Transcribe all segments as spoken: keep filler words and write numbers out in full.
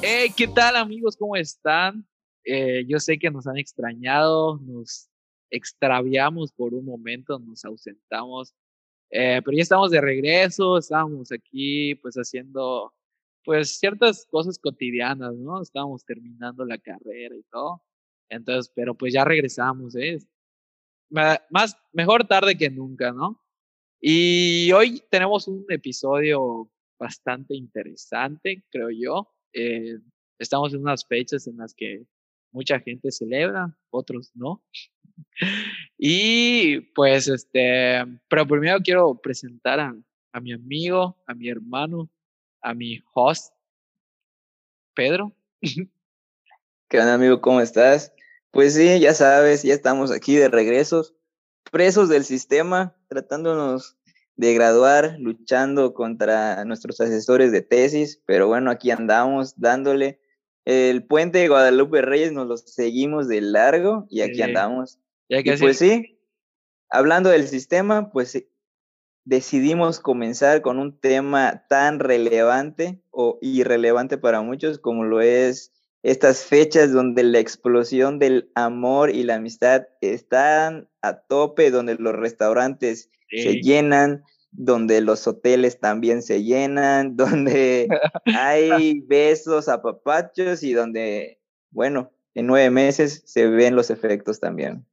Hey, ¿qué tal amigos? ¿Cómo están? Eh, yo sé que nos han extrañado, nos extraviamos por un momento, nos ausentamos, eh, pero ya estamos de regreso, estábamos aquí pues haciendo pues ciertas cosas cotidianas, ¿no? Estábamos terminando la carrera y todo, entonces, pero pues ya regresamos, ¿eh? Ma- Más, mejor tarde que nunca, ¿no? Y hoy tenemos un episodio bastante interesante, creo yo. Eh, estamos en unas fechas en las que mucha gente celebra, otros no. Y pues este, pero primero quiero presentar a, a mi amigo, a mi hermano, a mi host, Pedro. ¿Qué onda, amigo? ¿Cómo estás? Pues sí, ya sabes, ya estamos aquí de regresos, presos del sistema, tratándonos de graduar, luchando contra nuestros asesores de tesis, pero bueno, aquí andamos dándole. El puente de Guadalupe Reyes nos lo seguimos de largo y aquí Eh, andamos. ya Y casi el- pues sí, hablando del sistema, pues sí, decidimos comenzar con un tema tan relevante o irrelevante para muchos como lo es estas fechas donde la explosión del amor y la amistad están a tope, donde los restaurantes se eh, llenan, donde los hoteles también se llenan, donde hay besos, apapachos y donde, bueno, en nueve meses se ven los efectos también.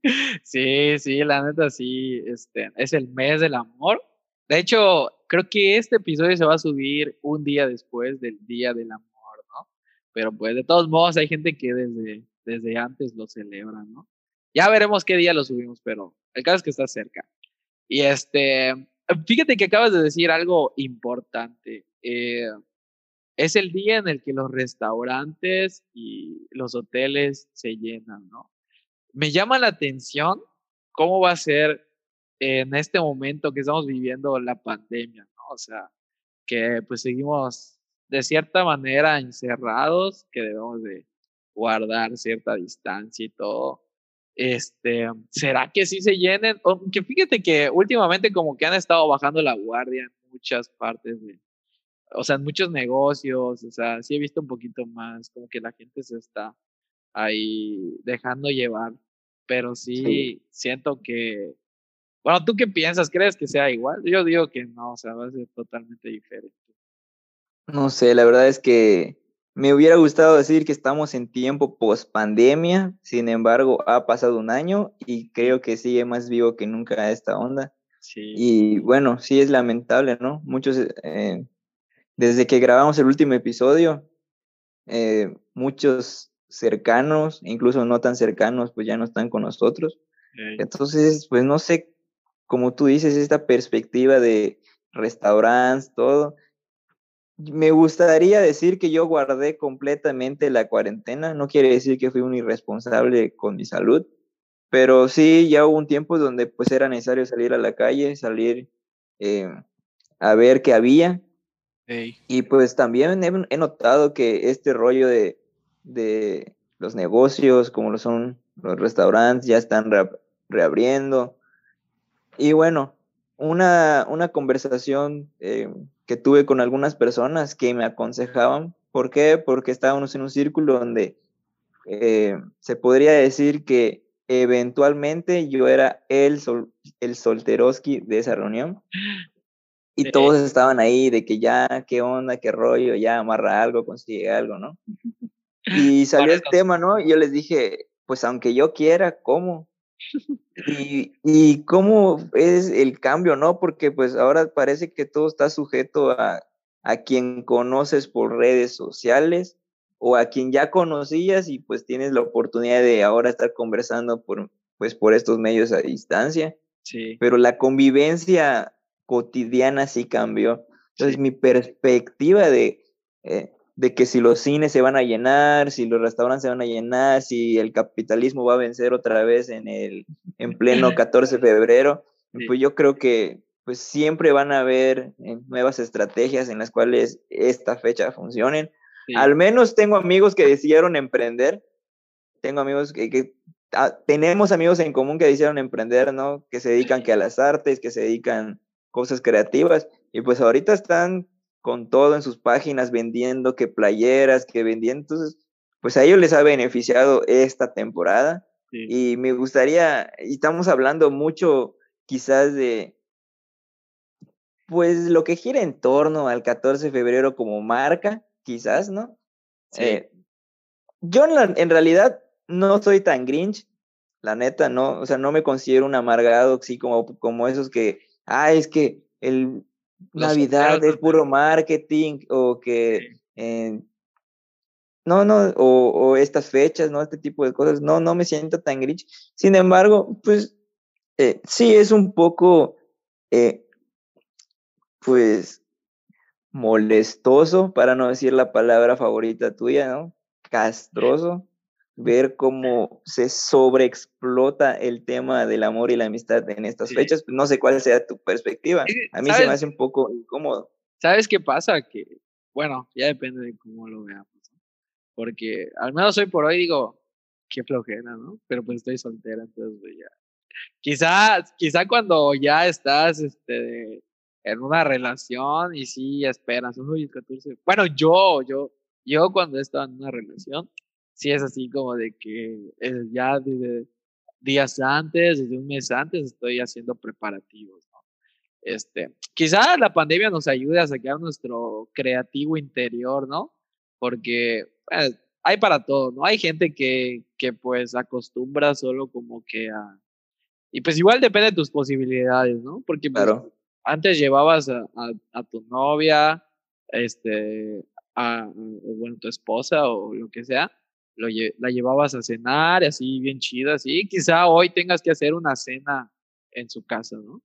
Sí, sí, la neta sí, este, es el mes del amor. De hecho, creo que este episodio se va a subir un día después del Día del Amor, ¿no? Pero pues de todos modos hay gente que desde, desde antes lo celebra, ¿no? Ya veremos qué día lo subimos, pero el caso es que está cerca. Y este, fíjate que acabas de decir algo importante. Eh, es el día en el que los restaurantes y los hoteles se llenan, ¿no? Me llama la atención cómo va a ser en este momento que estamos viviendo la pandemia, ¿no? O sea, que pues seguimos de cierta manera encerrados, que debemos de guardar cierta distancia y todo. Este, ¿será que sí se llenen? Aunque fíjate que últimamente como que han estado bajando la guardia en muchas partes de, o sea, en muchos negocios, o sea, sí he visto un poquito más, como que la gente se está ahí dejando llevar, pero Sí. sí siento que, bueno, ¿tú qué piensas? ¿Crees que sea igual? Yo digo que no, o sea, va a ser totalmente diferente. No sé, la verdad es que me hubiera gustado decir que estamos en tiempo post pandemia, sin embargo, ha pasado un año y Sí, creo que sigue más vivo que nunca esta onda. sí, Y bueno, sí es lamentable, ¿no? Muchos, eh, desde que grabamos el último episodio, eh, muchos cercanos, incluso no tan cercanos, pues ya no están con nosotros. eh, Entonces, pues no sé, como tú dices, esta perspectiva de restaurantes, todo. Me gustaría decir que yo guardé completamente la cuarentena, no quiere decir que fui un irresponsable con mi salud, pero sí ya hubo un tiempo donde pues era necesario salir a la calle, salir eh, a ver qué había ey, y pues también he, he notado que este rollo de, de los negocios como lo son los restaurantes ya están re- reabriendo y bueno, una, una conversación eh, que tuve con algunas personas que me aconsejaban. ¿Por qué? Porque estábamos en un círculo donde eh, se podría decir que eventualmente yo era el, sol, el solteroski de esa reunión y ey, todos estaban ahí de que ya, qué onda, qué rollo, ya amarra algo, consigue algo, ¿no? Y con salió el eso tema, ¿no? Y yo les dije, pues aunque yo quiera, ¿cómo? Y, y cómo es el cambio, ¿no? Porque pues ahora parece que todo está sujeto a, a quien conoces por redes sociales o a quien ya conocías y pues tienes la oportunidad de ahora estar conversando por, pues, por estos medios a distancia. sí, Pero la convivencia cotidiana sí cambió. sí, Entonces mi perspectiva de, eh, de que si los cines se van a llenar, si los restaurantes se van a llenar, si el capitalismo va a vencer otra vez en el en pleno catorce de febrero, sí, pues yo creo que pues siempre van a haber eh, nuevas estrategias en las cuales esta fecha funcionen. sí, Al menos tengo amigos que decidieron emprender, tengo amigos que, que ah, tenemos amigos en común que decidieron emprender, ¿no? Que se dedican que a las artes, que se dedican cosas creativas y pues ahorita están con todo en sus páginas, vendiendo que playeras, que vendiendo. Entonces, pues a ellos les ha beneficiado esta temporada. Sí. Y me gustaría, y estamos hablando mucho quizás de, pues lo que gira en torno al catorce de febrero como marca, quizás, ¿no? Sí. Eh, yo en, la, en realidad no soy tan Grinch, la neta, no, o sea, no me considero un amargado, así como, como esos que, ah, es que el Los Navidad es puro marketing, o que, sí. eh, no, no, o, o estas fechas, ¿no? Este tipo de cosas, no, no me siento tan Grinch. Sin embargo, pues, eh, sí es un poco, eh, pues, molestoso, para no decir la palabra favorita tuya, ¿no? Castroso, ver cómo se sobreexplota el tema del amor y la amistad en estas sí. fechas. No sé cuál sea tu perspectiva. A mí se me hace un poco incómodo. ¿Sabes qué pasa? Que, bueno, ya depende de cómo lo veamos, ¿no? Porque al menos hoy por hoy digo, qué flojera, ¿no? Pero pues estoy soltera, entonces pues ya. Quizá, quizá cuando ya estás, este, en una relación y sí esperas, uy, el catorce. Bueno, yo, yo, yo cuando he estado en una relación, sí es así como de que eh, ya desde días antes, desde un mes antes, estoy haciendo preparativos, ¿no? Este, quizá la pandemia nos ayude a sacar nuestro creativo interior, ¿no? Porque pues, hay para todo, ¿no? Hay gente que, que pues acostumbra solo como que a... Y pues igual depende de tus posibilidades, ¿no? Porque pues, claro. Antes llevabas a, a, a tu novia, este, a, o bueno, tu esposa o lo que sea, lo, la llevabas a cenar, así bien chida, así. Quizá hoy tengas que hacer una cena en su casa, ¿no?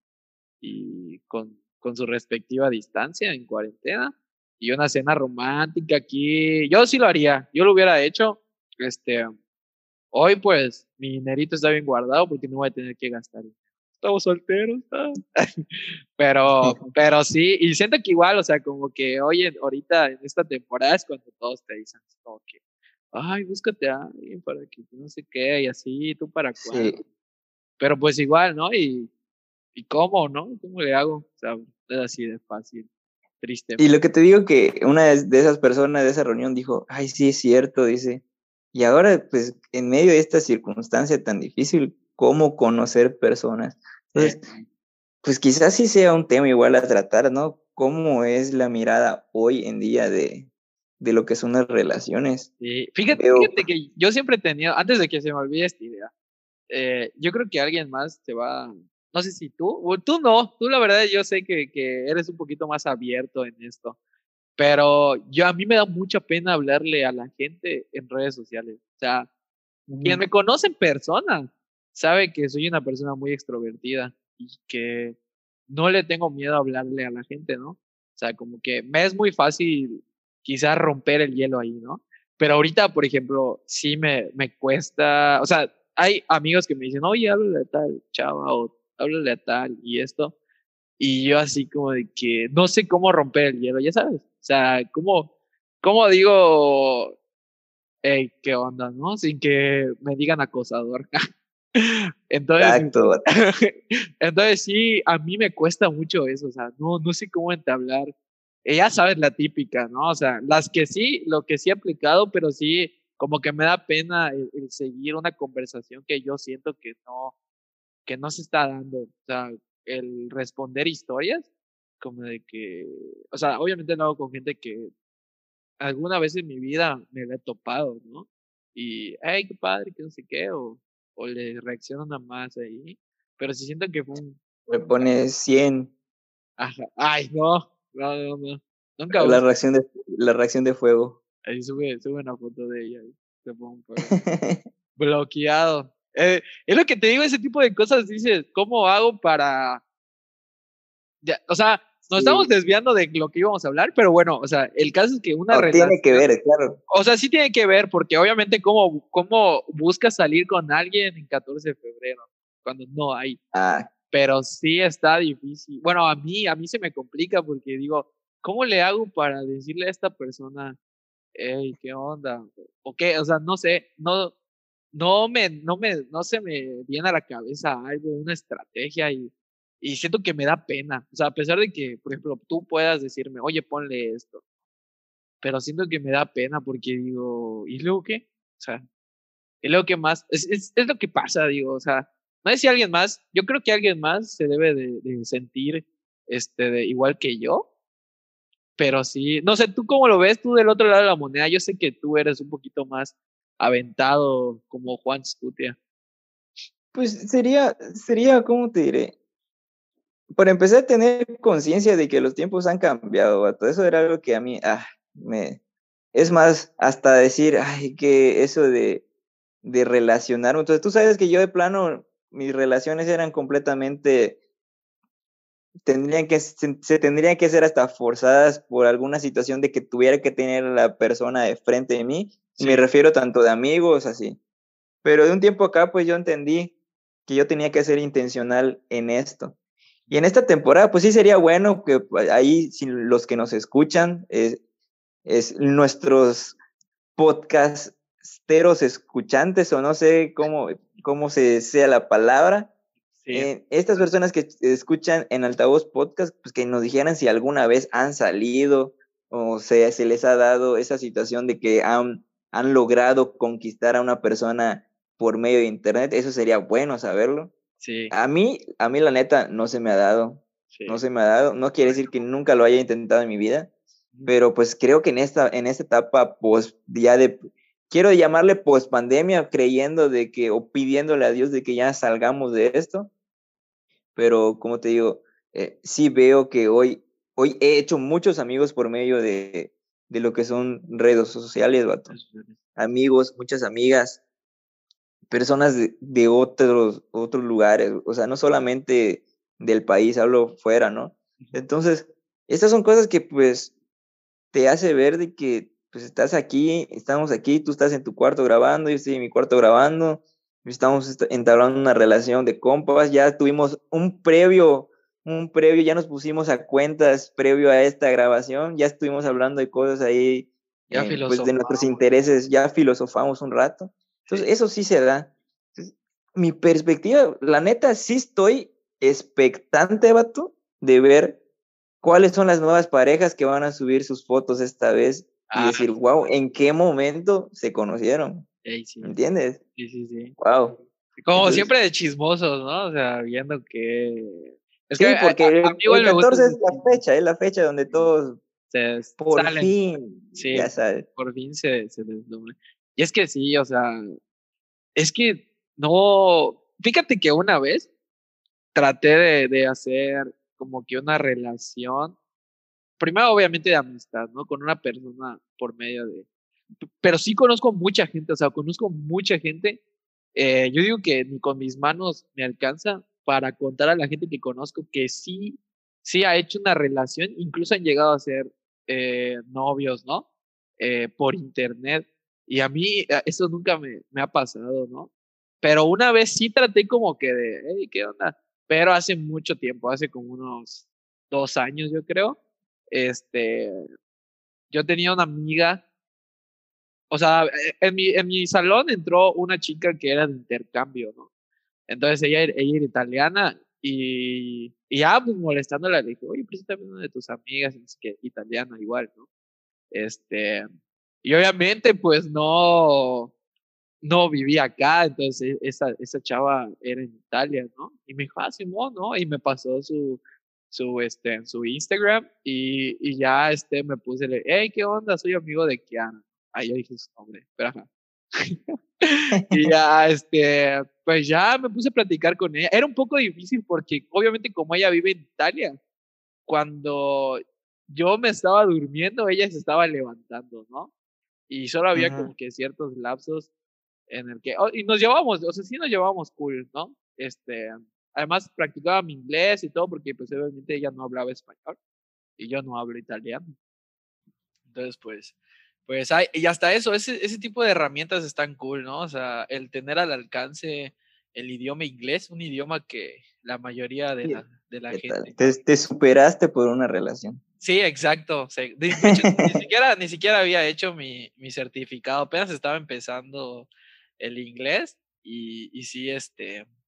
Y con, con su respectiva distancia en cuarentena, y una cena romántica aquí. Yo sí lo haría, yo lo hubiera hecho. Este, hoy pues mi dinerito está bien guardado porque no voy a tener que gastar. Estamos solteros, ¿no? pero, pero sí, y siento que igual, o sea, como que oye, ahorita en esta temporada es cuando todos te dicen como que, ay, búscate a alguien para que no sé qué, y así, tú para cuándo. Sí. Pero pues igual, ¿no? Y ¿Y cómo, no? ¿Cómo le hago? O sea, es así de fácil, triste. Y lo que te digo que una de esas personas de esa reunión dijo, ay, sí es cierto, dice, y ahora, pues, en medio de esta circunstancia tan difícil, ¿cómo conocer personas? Entonces, sí. Pues quizás sí sea un tema igual a tratar, ¿no? ¿Cómo es la mirada hoy en día de, de lo que son las relaciones? Sí. Fíjate, Veo... fíjate que yo siempre he tenido, antes de que se me olvide esta idea, eh, yo creo que alguien más te va, no sé si tú, o tú no, tú la verdad yo sé que, que eres un poquito más abierto en esto, pero yo a mí me da mucha pena hablarle a la gente en redes sociales. O sea, mm. quien me conoce en persona sabe que soy una persona muy extrovertida y que no le tengo miedo a hablarle a la gente, ¿no? O sea, como que me es muy fácil quizás romper el hielo ahí, ¿no? Pero ahorita, por ejemplo, sí me, me cuesta, o sea, hay amigos que me dicen, oye, háblale a tal chava o háblale a tal y esto. Y yo así como de que no sé cómo romper el hielo, ya sabes. O sea, ¿cómo, cómo digo, hey, qué onda, no? Sin que me digan acosador. Entonces, Exacto. entonces sí, a mí me cuesta mucho eso, o sea, no, no sé cómo entablar. Eh, ya sabes la típica, ¿no? O sea, las que sí, lo que sí he aplicado, pero sí, como que me da pena el, el seguir una conversación que yo siento que no, que no se está dando. O sea, el responder historias, como de que, o sea, obviamente lo hago con gente que alguna vez en mi vida me la he topado, ¿no? Y, hey, qué padre, que no sé qué, o, o le reaccionan a más ahí, pero sí siento que fue un... Me pone cien. Ajá. Ay, no, no, no, no. Nunca la reacción de La reacción de fuego. Ahí sube, sube una foto de ella. Ahí te pongo bloqueado. Eh, es lo que te digo, ese tipo de cosas, dices, ¿cómo hago para...? Ya, o sea, nos sí. estamos desviando de lo que íbamos a hablar, pero bueno, o sea, el caso es que una no, relación... Tiene que ver, claro. O sea, sí tiene que ver, porque obviamente cómo, cómo buscas salir con alguien en catorce de febrero, cuando no hay. Ah. Pero sí está difícil. Bueno, a mí, a mí se me complica porque digo, ¿cómo le hago para decirle a esta persona, hey, qué onda? ¿O qué? O sea, no sé, no, no me, no me, no se me viene a la cabeza algo, una estrategia y, y siento que me da pena. O sea, a pesar de que, por ejemplo, tú puedas decirme, oye, ponle esto, pero siento que me da pena porque digo, ¿y luego qué? O sea, ¿y luego qué más? Es, es, es lo que pasa, digo, o sea, no sé si alguien más, yo creo que alguien más se debe de, de sentir este, de, igual que yo, pero sí, no sé, ¿tú cómo lo ves tú del otro lado de la moneda? Yo sé que tú eres un poquito más aventado como Juan Scutia. Pues sería, sería, ¿cómo te diré? Para empezar a tener conciencia de que los tiempos han cambiado, vato. Eso era algo que a mí, ah, me... Es más, hasta decir, ay, que eso de, de relacionarme. Entonces, tú sabes que yo de plano, mis relaciones eran completamente, tendrían que, se, se tendrían que ser hasta forzadas por alguna situación de que tuviera que tener a la persona de frente de mí. Y me Sí, refiero tanto de amigos, así. Pero de un tiempo acá, pues yo entendí que yo tenía que ser intencional en esto. Y en esta temporada, pues sí sería bueno que pues, ahí si los que nos escuchan, es, es nuestros podcasteros escuchantes, o no sé cómo, cómo se sea la palabra, sí, eh, estas personas que escuchan en Altavoz Podcast, pues que nos dijeran si alguna vez han salido o se, se les ha dado esa situación de que han, han logrado conquistar a una persona por medio de internet. Eso sería bueno saberlo. sí, A mí, a mí la neta no se me ha dado, no sí. se me ha dado. No quiere decir que nunca lo haya intentado en mi vida, Ujú. pero pues creo que en esta, en esta etapa post, ya de, quiero llamarle post pandemia, creyendo de que, o pidiéndole a Dios de que ya salgamos de esto, pero como te digo, eh, sí veo que hoy, hoy he hecho muchos amigos por medio de, de lo que son redes sociales, vato. Amigos, muchas amigas, personas de, de otros, otros lugares, o sea, no solamente del país, hablo fuera, ¿no? Ujú. Entonces, estas son cosas que pues te hace ver de que pues estás aquí, estamos aquí, tú estás en tu cuarto grabando, yo estoy en mi cuarto grabando, estamos est- entablando una relación de compas, ya tuvimos un previo, un previo, ya nos pusimos a cuentas previo a esta grabación, ya estuvimos hablando de cosas ahí, Ya eh, pues de nuestros filosofamos. intereses, ya filosofamos un rato, entonces Sí. eso sí se da. Entonces, mi perspectiva, la neta, sí estoy expectante, vato, de ver cuáles son las nuevas parejas que van a subir sus fotos esta vez y Ah, decir, wow, ¿en qué momento se conocieron? ey, sí, ¿Entiendes? sí, sí, sí. Wow. Como Entonces, siempre de chismosos, ¿no? O sea, viendo que... Es que sí, a, a- porque a el, mí igual el me gusta catorce es ese la chisme. fecha, es la fecha donde Sí. todos Se por salen, fin, sí, ya sabes. por fin se, se deslumbran. Y es que sí, o sea, es que no... Fíjate que una vez traté de, de hacer como que una relación, primero obviamente de amistad, ¿no? Con una persona por medio de... Pero sí conozco mucha gente, o sea, conozco mucha gente. Eh, yo digo que ni con mis manos me alcanza para contar a la gente que conozco que sí, sí ha hecho una relación, incluso han llegado a ser eh, novios, ¿no? Eh, por internet. Y a mí eh, eso nunca me, me ha pasado, ¿no? Pero una vez sí traté como que de, hey, ¿qué onda? Pero hace mucho tiempo, hace como unos dos años, yo creo. Este, yo tenía una amiga, o sea, eh, en mi, en mi salón entró una chica que era de intercambio, ¿no? Entonces ella, ella era italiana y, y ya pues molestándola le dije, oye, preséntame una de tus amigas, y es que italiana igual, ¿no? Este, y obviamente pues no, no vivía acá, entonces esa, esa chava era en Italia, ¿no? Y me dijo, ah, Simón, ¿no? Y me pasó su, su, este, en su Instagram y, y ya, este, me puse, le, hey, ¿qué onda? Soy amigo de Kiana. Ahí yo dije su nombre, pero ajá. Y ya, este, pues ya me puse a platicar con ella. Era un poco difícil porque obviamente como ella vive en Italia, cuando yo me estaba durmiendo, ella se estaba levantando, ¿no? Y solo había Ujú. como que ciertos lapsos en el que, oh, y nos llevamos, o sea, sí nos llevamos cool, ¿no? Este, además practicaba mi inglés y todo porque pues obviamente ella no hablaba español y yo no hablo italiano. Entonces, pues, pues hay, y hasta eso, ese, ese tipo de herramientas están cool, ¿no? O sea, el tener al alcance el idioma inglés, un idioma que la mayoría de Sí, la, de la ¿qué tal? gente. Te, te superaste por una relación. Sí, exacto. Sí. De, de hecho, ni siquiera, ni siquiera había hecho mi, mi certificado, apenas estaba empezando el inglés y, y sí, este,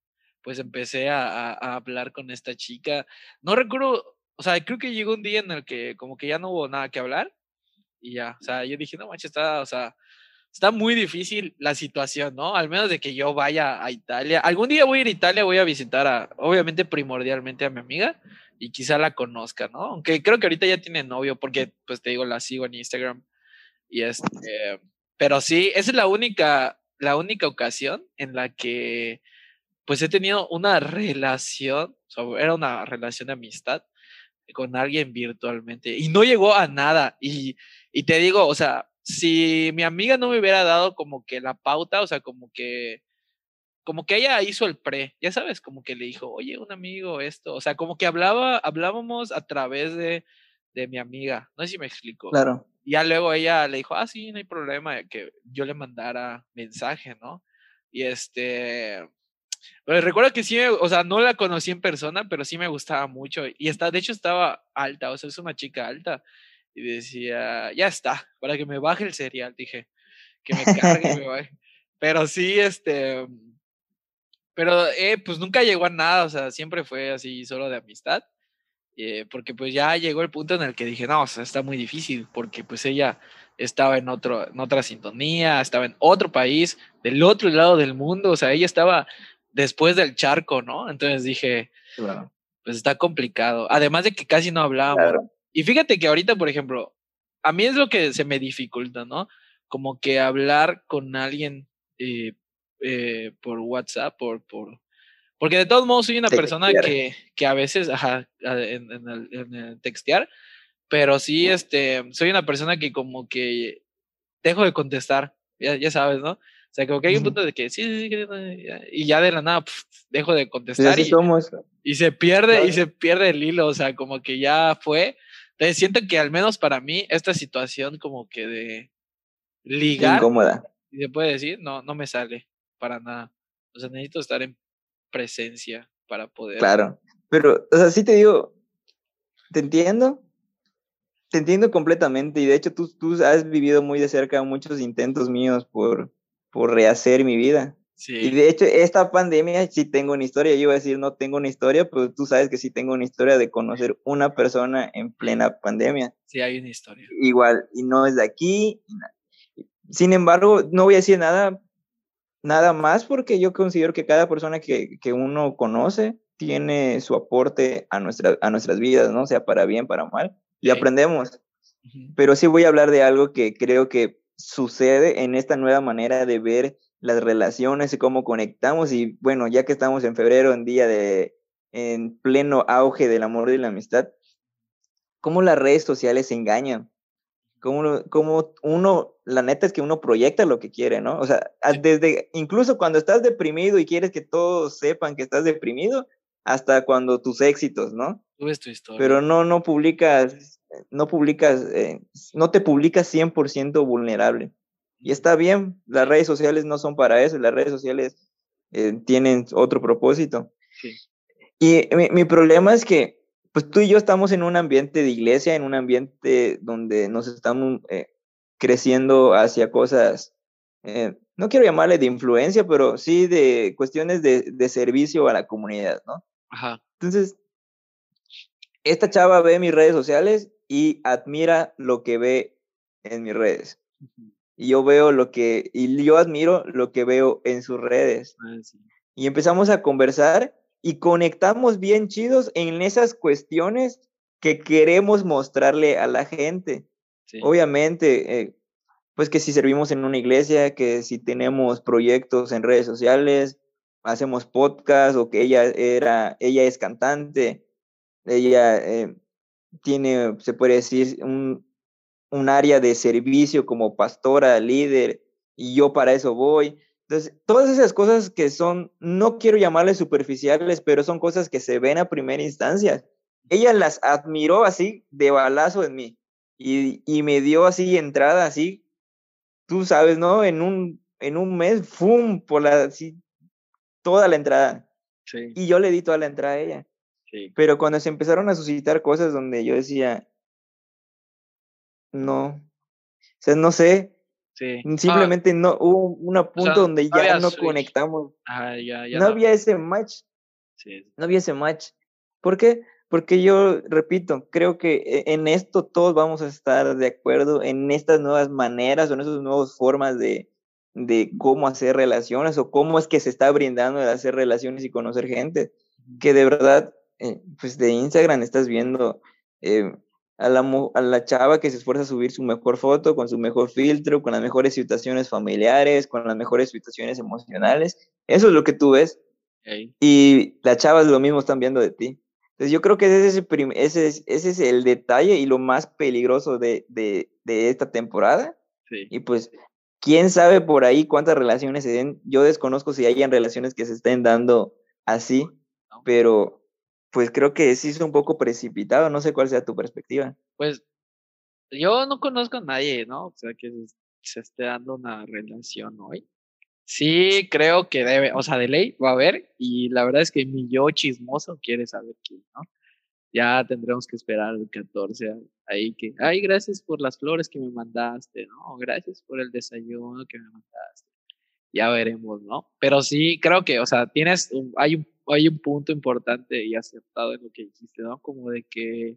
pues empecé a, a, a hablar con esta chica. No recuerdo, o sea, creo que llegó un día en el que como que ya no hubo nada que hablar y ya, o sea, yo dije, no manches, está, o sea, está muy difícil la situación, ¿no? Al menos de que yo vaya a Italia. Algún día voy a ir a Italia, voy a visitar a, obviamente primordialmente a mi amiga y quizá la conozca, ¿no? Aunque creo que ahorita ya tiene novio porque, pues te digo, la sigo en Instagram y este, pero sí, esa es la única, la única ocasión en la que, pues he tenido una relación, o sea, era una relación de amistad con alguien virtualmente y no llegó a nada. Y, y te digo, o sea, si mi amiga no me hubiera dado como que la pauta, o sea, como que, como que ella hizo el pre, ya sabes, como que le dijo, oye, un amigo, esto, o sea, como que hablaba, hablábamos a través de, de mi amiga, no sé si me explico. Claro. Y ya luego ella le dijo, ah, sí, no hay problema, de que yo le mandara mensaje, ¿no? Y este, pero recuerdo que sí, me- o sea, no la conocí en persona, pero sí me gustaba mucho. Y está, de hecho estaba alta, o sea, es una chica alta. Y decía, ya está, para que me baje el cereal, dije, que me cargue y me baje. Pero sí, este, pero eh, pues nunca llegó a nada, o sea, siempre fue así, solo de amistad. Eh, porque pues ya llegó el punto en el que dije, no, o sea, está muy difícil, porque pues ella estaba en otro, en otra sintonía, estaba en otro país, del otro lado del mundo, o sea, ella estaba después del charco, ¿no? Entonces dije, Claro. pues está complicado. Además de que casi no hablábamos. Claro. Y fíjate que ahorita, por ejemplo, a mí es lo que se me dificulta, ¿no? Como que hablar con alguien eh, eh, por WhatsApp, por, por, porque de todos modos soy una Se persona quiere. que, que a veces, ajá, a- en, en el, en el textear, pero sí, este, soy una persona que como que dejo de contestar, ya, ya sabes, ¿no? O sea, como que hay un Ujú. punto de que sí, sí, sí, que- ya, y ya de la nada pf, dejo de Pues contestar así y, somos. y se pierde, y Claro. se pierde el hilo, o sea, como que ya fue. Entonces siento que al menos para mí esta situación como que de Es ligar, incómoda. si se puede decir, no, no me sale para nada. O sea, necesito estar en presencia para poder. Claro. Pero, o sea, sí te digo, te entiendo, te entiendo completamente. Y de hecho, tú, tú has vivido muy de cerca muchos intentos míos por, por rehacer mi vida. Y Sí, de hecho, esta pandemia sí tengo una historia. Yo iba a decir no tengo una historia, pero tú sabes que sí tengo una historia de conocer una persona en plena pandemia. sí hay una historia. Igual, y no es de aquí. Sin embargo, no voy a decir nada, nada más porque yo considero que cada persona que, que uno conoce tiene su aporte a, nuestra, a nuestras vidas, ¿no? Sea para bien, para mal, y Sí. aprendemos. Ujú. Pero sí voy a hablar de algo que creo que sucede en esta nueva manera de ver las relaciones y cómo conectamos. Y bueno, ya que estamos en febrero, en día de, en pleno auge del amor y la amistad, cómo las redes sociales engañan. Cómo, uno- cómo uno, la neta es que uno proyecta lo que quiere, ¿no? O sea, a- Sí, desde, incluso cuando estás deprimido y quieres que todos sepan que estás deprimido, hasta cuando tus éxitos, ¿no? subes tu historia. Pero no, no publicas, no publicas, eh, no te publicas cien por ciento vulnerable. Y Ujú. está bien, las Sí, redes sociales no son para eso, las redes sociales eh, tienen otro propósito. sí, Y mi, mi problema es que, pues tú y yo estamos en un ambiente de iglesia, en un ambiente donde nos estamos eh, creciendo hacia cosas, eh, no quiero llamarle de influencia, pero sí de cuestiones de, de servicio a la comunidad, ¿no? ajá. Entonces, esta chava ve mis redes sociales y admira lo que ve en mis redes. Ujú. Y yo veo lo que, y yo admiro lo que veo en sus redes. Ah, sí, Y empezamos a conversar y conectamos bien chidos en esas cuestiones que queremos mostrarle a la gente. sí, Obviamente, eh, pues que si servimos en una iglesia, que si tenemos proyectos en redes sociales, hacemos podcast o que ella era, ella es cantante, ella eh, tiene, se puede decir, un, un área de servicio como pastora, líder, y yo para eso voy. Entonces, todas esas cosas que son, no quiero llamarles superficiales, pero son cosas que se ven a primera instancia. Ella las admiró así de balazo en mí y, y me dio así entrada, así, tú sabes, ¿no? En un, en un mes, ¡fum! Por la, así, toda la entrada. sí, Y yo le di toda la entrada a ella. sí, Pero cuando se empezaron a suscitar cosas donde yo decía, no, o sea, no sé, sí. No, simplemente no hubo un o sea, punto no donde ya había no switch. conectamos, Ajá, ya, ya no no. había ese match. sí. No había ese match. ¿Por qué? Porque yo, repito, creo que e- en esto todos vamos a estar de acuerdo en estas nuevas maneras o en esas nuevas formas de, de cómo hacer relaciones o cómo es que se está brindando el hacer relaciones y conocer gente. Ujú. Que de verdad, eh, pues de Instagram estás viendo eh, a la, mu- a la chava que se esfuerza a subir su mejor foto con su mejor filtro, con las mejores situaciones familiares, con las mejores situaciones emocionales. Eso es lo que tú ves. Ey, Y las chavas lo mismo están viendo de ti. Entonces yo creo que ese es, el prim- ese es, ese es el detalle y lo más peligroso de, de, de esta temporada. sí, Y pues, quién sabe por ahí cuántas relaciones se den. Yo desconozco si hayan relaciones que se estén dando así, ¿no? pero pues creo que sí es un poco precipitado. No sé cuál sea tu perspectiva. Pues yo no conozco a nadie, ¿no? O sea, que se, se esté dando una relación hoy. Sí, creo que debe, o sea, de ley va a haber, y la verdad es que mi yo chismoso quiere saber quién, ¿no? Ya tendremos que esperar el catorce a- ahí que, ay, gracias por las flores que me mandaste, ¿no? Gracias por el desayuno que me mandaste. Ya veremos, ¿no? Pero sí, creo que, o sea, tienes, un- hay un, hay un punto importante y acertado en lo que dijiste, ¿no? Como de que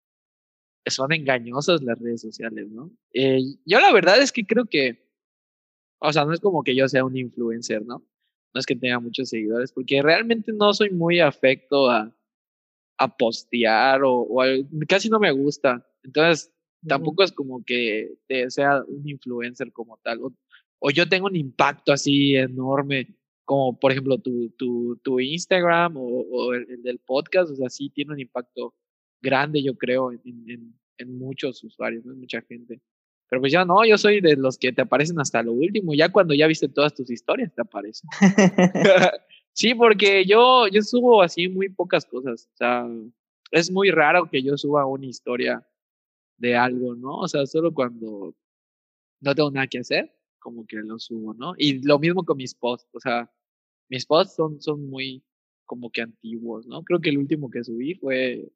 son engañosas las redes sociales, ¿no? Eh, yo la verdad es que creo que, o sea, no es como que yo sea un influencer, ¿no? No es que tenga muchos seguidores, porque realmente no soy muy afecto a, a postear o, o al- casi no me gusta. Entonces, Ujú. tampoco es como que te- sea un influencer como tal. O, o yo tengo un impacto así enorme, como por ejemplo tu, tu, tu Instagram o, o el, el del podcast, o sea, sí tiene un impacto grande, yo creo, en, en, en muchos usuarios, ¿no? En mucha gente. Pero pues ya no, yo soy de los que te aparecen hasta lo último, ya cuando ya viste todas tus historias te aparecen. Sí, porque yo, yo subo así muy pocas cosas. O sea, es muy raro que yo suba una historia de algo, ¿no? O sea, solo cuando no tengo nada que hacer, como que lo subo, ¿no? Y lo mismo con mis posts. O sea, mis posts son, son muy como que antiguos, ¿no? Creo que el último que subí fue,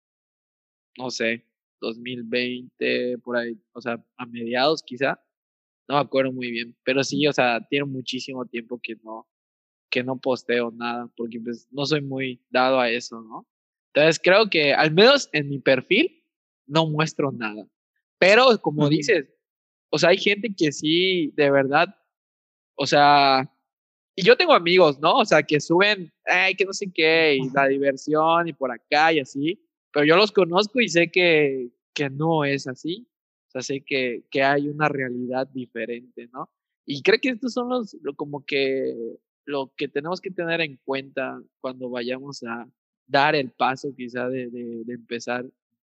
no sé, dos mil veinte, por ahí, o sea, a mediados quizá. No me acuerdo muy bien. Pero sí, o sea, tiene muchísimo tiempo que no que no posteo nada, porque pues no soy muy dado a eso, ¿no? Entonces creo que al menos en mi perfil no muestro nada. Pero como Ujú. dices, o sea, hay gente que sí, de verdad, o sea, y yo tengo amigos, ¿no? O sea, que suben, ay, que no sé qué, y la diversión y por acá y así, pero yo los conozco y sé que, que no es así. O sea, sé que, que hay una realidad diferente, ¿no? Y creo que estos son los, lo, como que lo que tenemos que tener en cuenta cuando vayamos a dar el paso quizá de, de, de empezar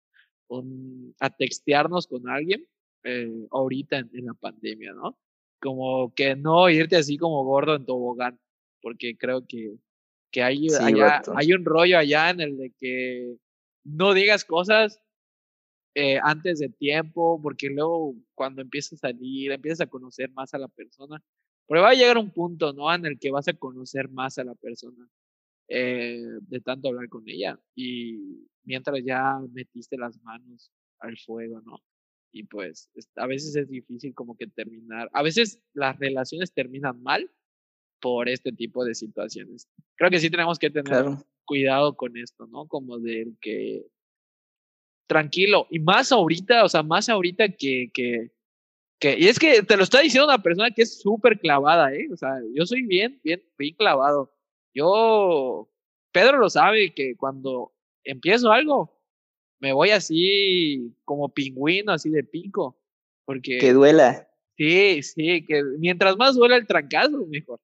un, a textearnos con alguien eh, ahorita en, en la pandemia, ¿no? Como que no irte así como gordo en tobogán, porque creo que, que hay, Sí, allá, vato. hay un rollo allá en el de que no digas cosas eh, antes de tiempo, porque luego cuando empiezas a salir, empiezas a conocer más a la persona, pero va a llegar un punto, ¿no? En el que vas a conocer más a la persona eh, de tanto hablar con ella y mientras ya metiste las manos al fuego, ¿no? Y pues es- a veces es difícil como que terminar, a veces las relaciones terminan mal por este tipo de situaciones. Creo que sí tenemos que tener Claro. cuidado con esto, ¿no? Como de que tranquilo, y más ahorita, o sea, más ahorita que, que, que, y es que te lo está diciendo una persona que es súper clavada, ¿eh? O sea, yo soy bien, bien, bien clavado. Yo, Pedro lo sabe que cuando empiezo algo, me voy así como pingüino, así de pico, Que porque duela. sí, sí, que mientras más duela el trancazo, mejor.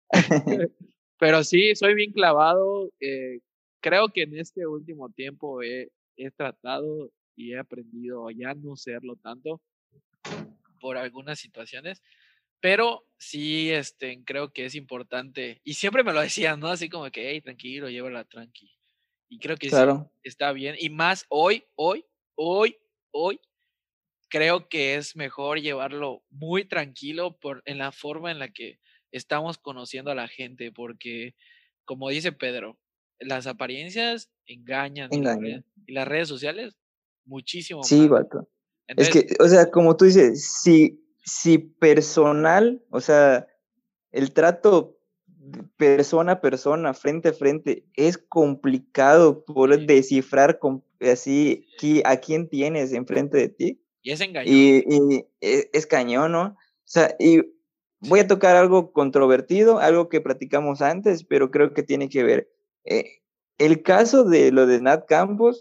Pero sí, soy bien clavado. Eh, creo que en este último tiempo he, he tratado y he aprendido a ya no serlo tanto por algunas situaciones, pero sí, este, creo que es importante, y siempre me lo decían, ¿no? Así como que, hey, tranquilo, llévala tranqui. Y creo que sí, Claro. está bien. Y más hoy, hoy, hoy, hoy, creo que es mejor llevarlo muy tranquilo por, en la forma en la que estamos conociendo a la gente, porque, como dice Pedro, las apariencias engañan y las Engaño. redes, y las redes sociales muchísimo Sí, más. vato. Es Entonces, que, o sea, como tú dices, si, si personal, o sea, el trato persona a persona, frente a frente, es complicado poder Sí. descifrar con, así qui, a quién tienes enfrente de ti. Y es engañoso. Y, y es, es cañón, ¿no? O sea, y voy Sí. a tocar algo controvertido, algo que platicamos antes, pero creo que tiene que ver. Eh, el caso de lo de Nat Campos,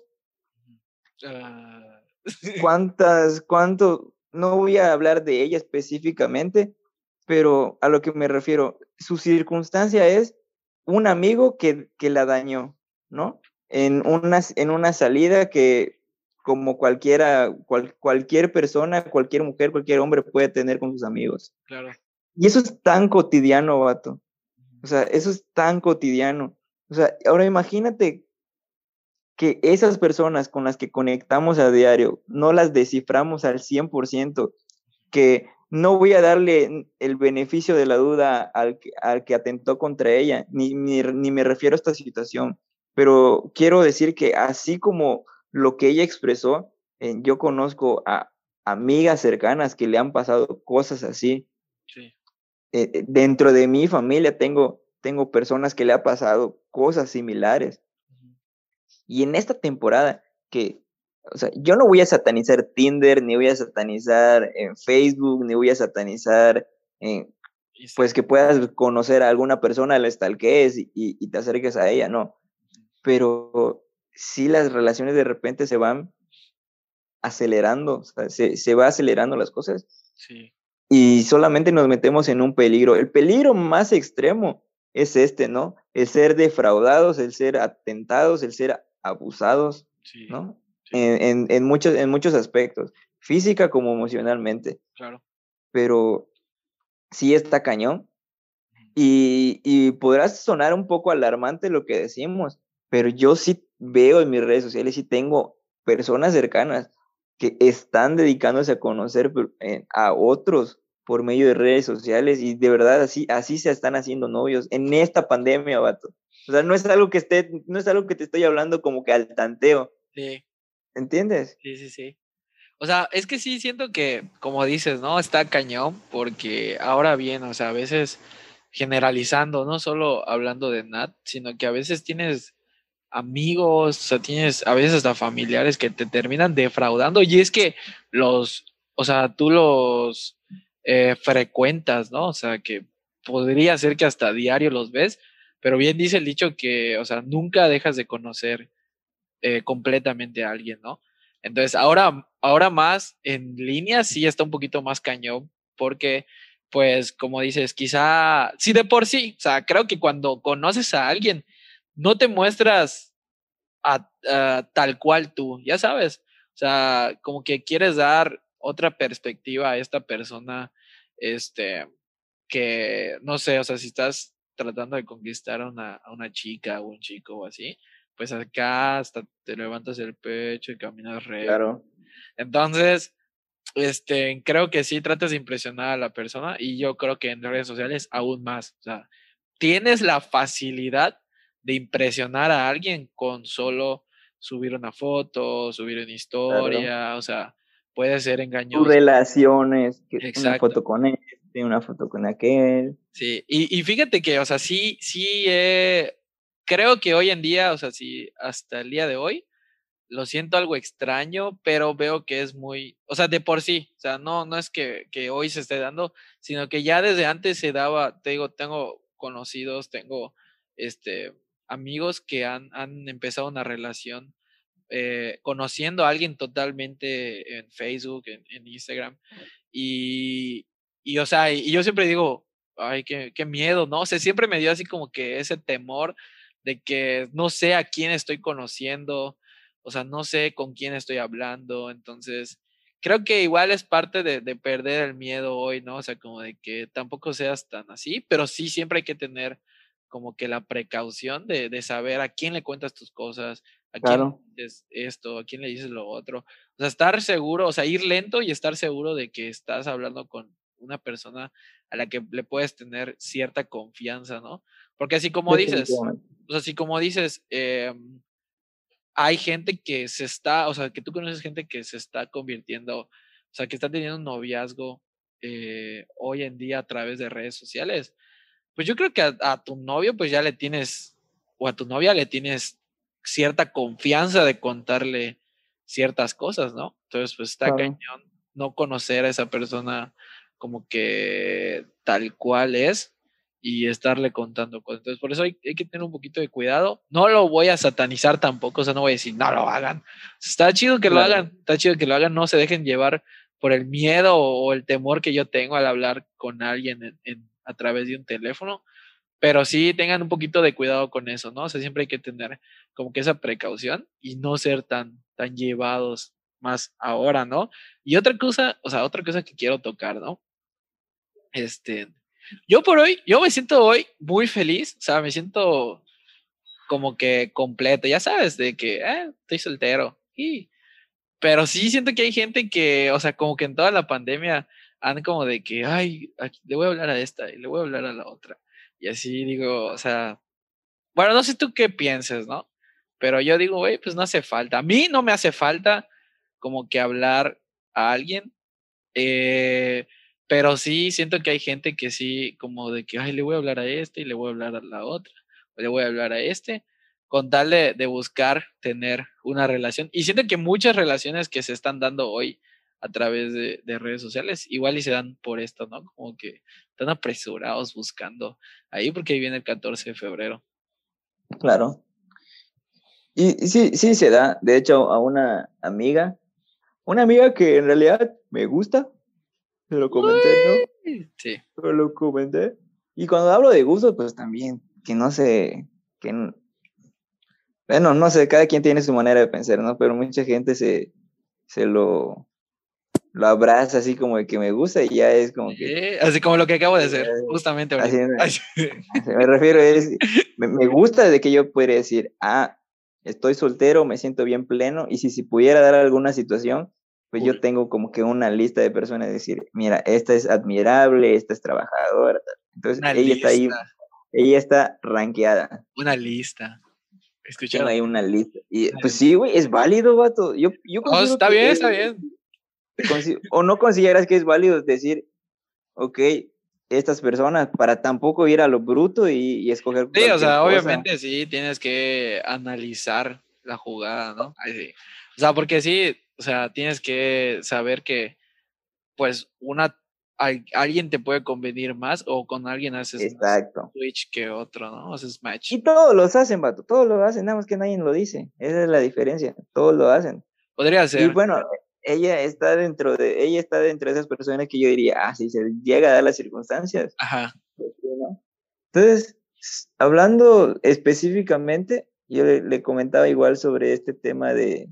Ah, ¿cuántas, cuánto, no voy a hablar de ella específicamente, pero a lo que me refiero, su circunstancia es un amigo que, que la dañó, ¿no? En una, en una salida que como cualquiera, cual, cualquier persona, cualquier mujer, cualquier hombre puede tener con sus amigos. claro. Y eso es tan cotidiano, vato. O sea, eso es tan cotidiano. O sea, ahora imagínate que esas personas con las que conectamos a diario no las desciframos al cien por ciento, que no voy a darle el beneficio de la duda al que, al que atentó contra ella, ni, ni, ni me refiero a esta situación, pero quiero decir que así como lo que ella expresó, eh, yo conozco a amigas cercanas que le han pasado cosas así. Sí. Eh, eh, dentro de mi familia tengo, tengo personas que le ha pasado cosas similares. Ujú. Y en esta temporada que, o sea, yo no voy a satanizar Tinder, ni voy a satanizar en Facebook, ni voy a satanizar en, pues Instagram. que puedas conocer a alguna persona, la stalkees y, y, y te acerques a ella, no. Pero sí las relaciones de repente se van acelerando, o sea, se, se va acelerando las cosas Sí. y solamente nos metemos en un peligro. El peligro más extremo es este, ¿no? El ser defraudados, el ser atentados, el ser abusados, Sí. ¿no? Sí. En, en, en muchos, en muchos aspectos, física como emocionalmente, Claro. pero sí está cañón. Ujú. Y, y podrás sonar un poco alarmante lo que decimos, pero yo sí veo en mis redes sociales y tengo personas cercanas que están dedicándose a conocer eh, a otros por medio de redes sociales y de verdad así, así se están haciendo novios en esta pandemia, vato. O sea, no es algo que esté, no es algo que te estoy hablando como que al tanteo, Sí. ¿entiendes? Sí, sí, sí. O sea, es que sí siento que, como dices, ¿no? Está cañón, porque ahora bien, o sea, a veces generalizando, no solo hablando de Nat, sino que a veces tienes amigos, o sea, tienes a veces hasta familiares que te terminan defraudando, y es que los, o sea, tú los eh, frecuentas, ¿no? O sea, que podría ser que hasta diario los ves, pero bien dice el dicho que, o sea, nunca dejas de conocer eh, completamente a alguien, ¿no? Entonces, ahora, ahora más en línea sí está un poquito más cañón, porque, pues, como dices, quizá, sí de por sí, o sea, creo que cuando conoces a alguien, no te muestras a, a tal cual tú, ya sabes, o sea, como que quieres dar otra perspectiva a esta persona, este, que, no sé, o sea, si estás tratando de conquistar a una, a una chica o un chico o así, pues acá hasta te levantas el pecho y caminas recto. Claro. Entonces, este, creo que sí tratas de impresionar a la persona, y yo creo que en redes sociales aún más, o sea, tienes la facilidad de impresionar a alguien con solo subir una foto, subir una Claro. historia, o sea, puede ser Tus engañoso. relaciones, que una Exacto. foto con este, una foto con aquel. Sí, y, y fíjate que, o sea, sí, sí, eh, creo que hoy en día, o sea, sí, hasta el día de hoy, lo siento algo extraño, pero veo que es muy, o sea, de por sí, o sea, no, no es que, que hoy se esté dando, sino que ya desde antes se daba, te digo, tengo conocidos, tengo, este, amigos que han, han empezado una relación eh, conociendo a alguien totalmente en Facebook, en, en Instagram, y, y, o sea, y yo siempre digo, ay, qué, qué miedo, ¿no? O sea, siempre me dio así como que ese temor de que no sé a quién estoy conociendo, o sea, no sé con quién estoy hablando, entonces creo que igual es parte de, de perder el miedo hoy, ¿no? O sea, como de que tampoco seas tan así, pero sí siempre hay que tener como que la precaución de, de saber a quién le cuentas tus cosas, a quién le Claro. dices esto, a quién le dices lo otro. O sea, estar seguro, o sea, ir lento y estar seguro de que estás hablando con una persona a la que le puedes tener cierta confianza, ¿no? Porque así como dices, Definitivamente. o sea, así como dices, eh, hay gente que se está, o sea, que tú conoces gente que se está convirtiendo, o sea, que está teniendo un noviazgo eh, hoy en día a través de redes sociales, pues yo creo que a, a tu novio pues ya le tienes, o a tu novia le tienes cierta confianza de contarle ciertas cosas, ¿no? Entonces pues está Claro. cañón no conocer a esa persona como que tal cual es y estarle contando cosas. Entonces por eso hay, hay que tener un poquito de cuidado. No lo voy a satanizar tampoco, o sea, no voy a decir no lo hagan. Está chido que lo Claro. hagan, está chido que lo hagan, no se dejen llevar por el miedo o el temor que yo tengo al hablar con alguien en, en, a través de un teléfono, pero sí tengan un poquito de cuidado con eso, ¿no? O sea, siempre hay que tener como que esa precaución y no ser tan, tan llevados más ahora, ¿no? Y otra cosa, o sea, otra cosa que quiero tocar, ¿no? Este, yo por hoy, yo me siento hoy muy feliz, o sea, me siento como que completo, ya sabes, de que, eh, estoy soltero. Y pero sí siento que hay gente que, o sea, como que en toda la pandemia han como de que, ay, aquí le voy a hablar a esta y le voy a hablar a la otra. Y así digo, o sea, bueno, no sé tú qué pienses, ¿no? Pero yo digo, güey, pues no hace falta. A mí no me hace falta como que hablar a alguien, eh, pero sí siento que hay gente que sí, como de que, ay, le voy a hablar a este y le voy a hablar a la otra, o le voy a hablar a este, con tal de, de buscar tener una relación. Y siento que muchas relaciones que se están dando hoy a través de, de redes sociales, igual y se dan por esto, ¿no? Como que están apresurados buscando ahí porque ahí viene el catorce de febrero. Claro. Y, y sí, sí se da. De hecho, a una amiga, una amiga que en realidad me gusta, se lo comenté, ¿no? Uy, sí. Se lo comenté. Y cuando hablo de gusto, pues también, que no sé, que, n- bueno, no sé, cada quien tiene su manera de pensar, ¿no? Pero mucha gente se, se lo, lo abraza así como de que me gusta y ya es como que, Eh, así como lo que acabo de hacer, eh, justamente así ahorita. Ay, me, sí. así me refiero, es, me, me gusta de que yo pudiera decir, ah, estoy soltero, me siento bien pleno, y si, si pudiera dar alguna situación, pues yo Uy, tengo como que una lista de personas, decir, mira, esta es admirable, esta es trabajadora, entonces una ella está ahí, lista, ella está rankeada, una lista. tengo ¿Escucharon? ahí una lista, y Una pues lista. sí, güey, es válido, vato, yo, yo No, considero está que bien, es, está bien. consi- o no consideras que es válido decir, ok, estas personas, para tampoco ir a lo bruto y, y escoger Sí, o cualquier sea, cosa. obviamente sí tienes que analizar la jugada, ¿no? Ahí sí. O sea, porque sí, o sea, tienes que saber que, pues, una, al- alguien te puede convenir más o con alguien haces más Exacto. switch que otro, ¿no? Haces match. Y todos los hacen, vato, todos lo hacen, nada más que nadie lo dice. Esa es la diferencia, todos lo hacen. Podría Y ser. bueno, ella está dentro de, ella está dentro de esas personas que yo diría, ah, si se llega a dar las circunstancias, Ajá. ¿por qué no? Entonces, s- hablando específicamente, yo le, le comentaba igual sobre este tema de,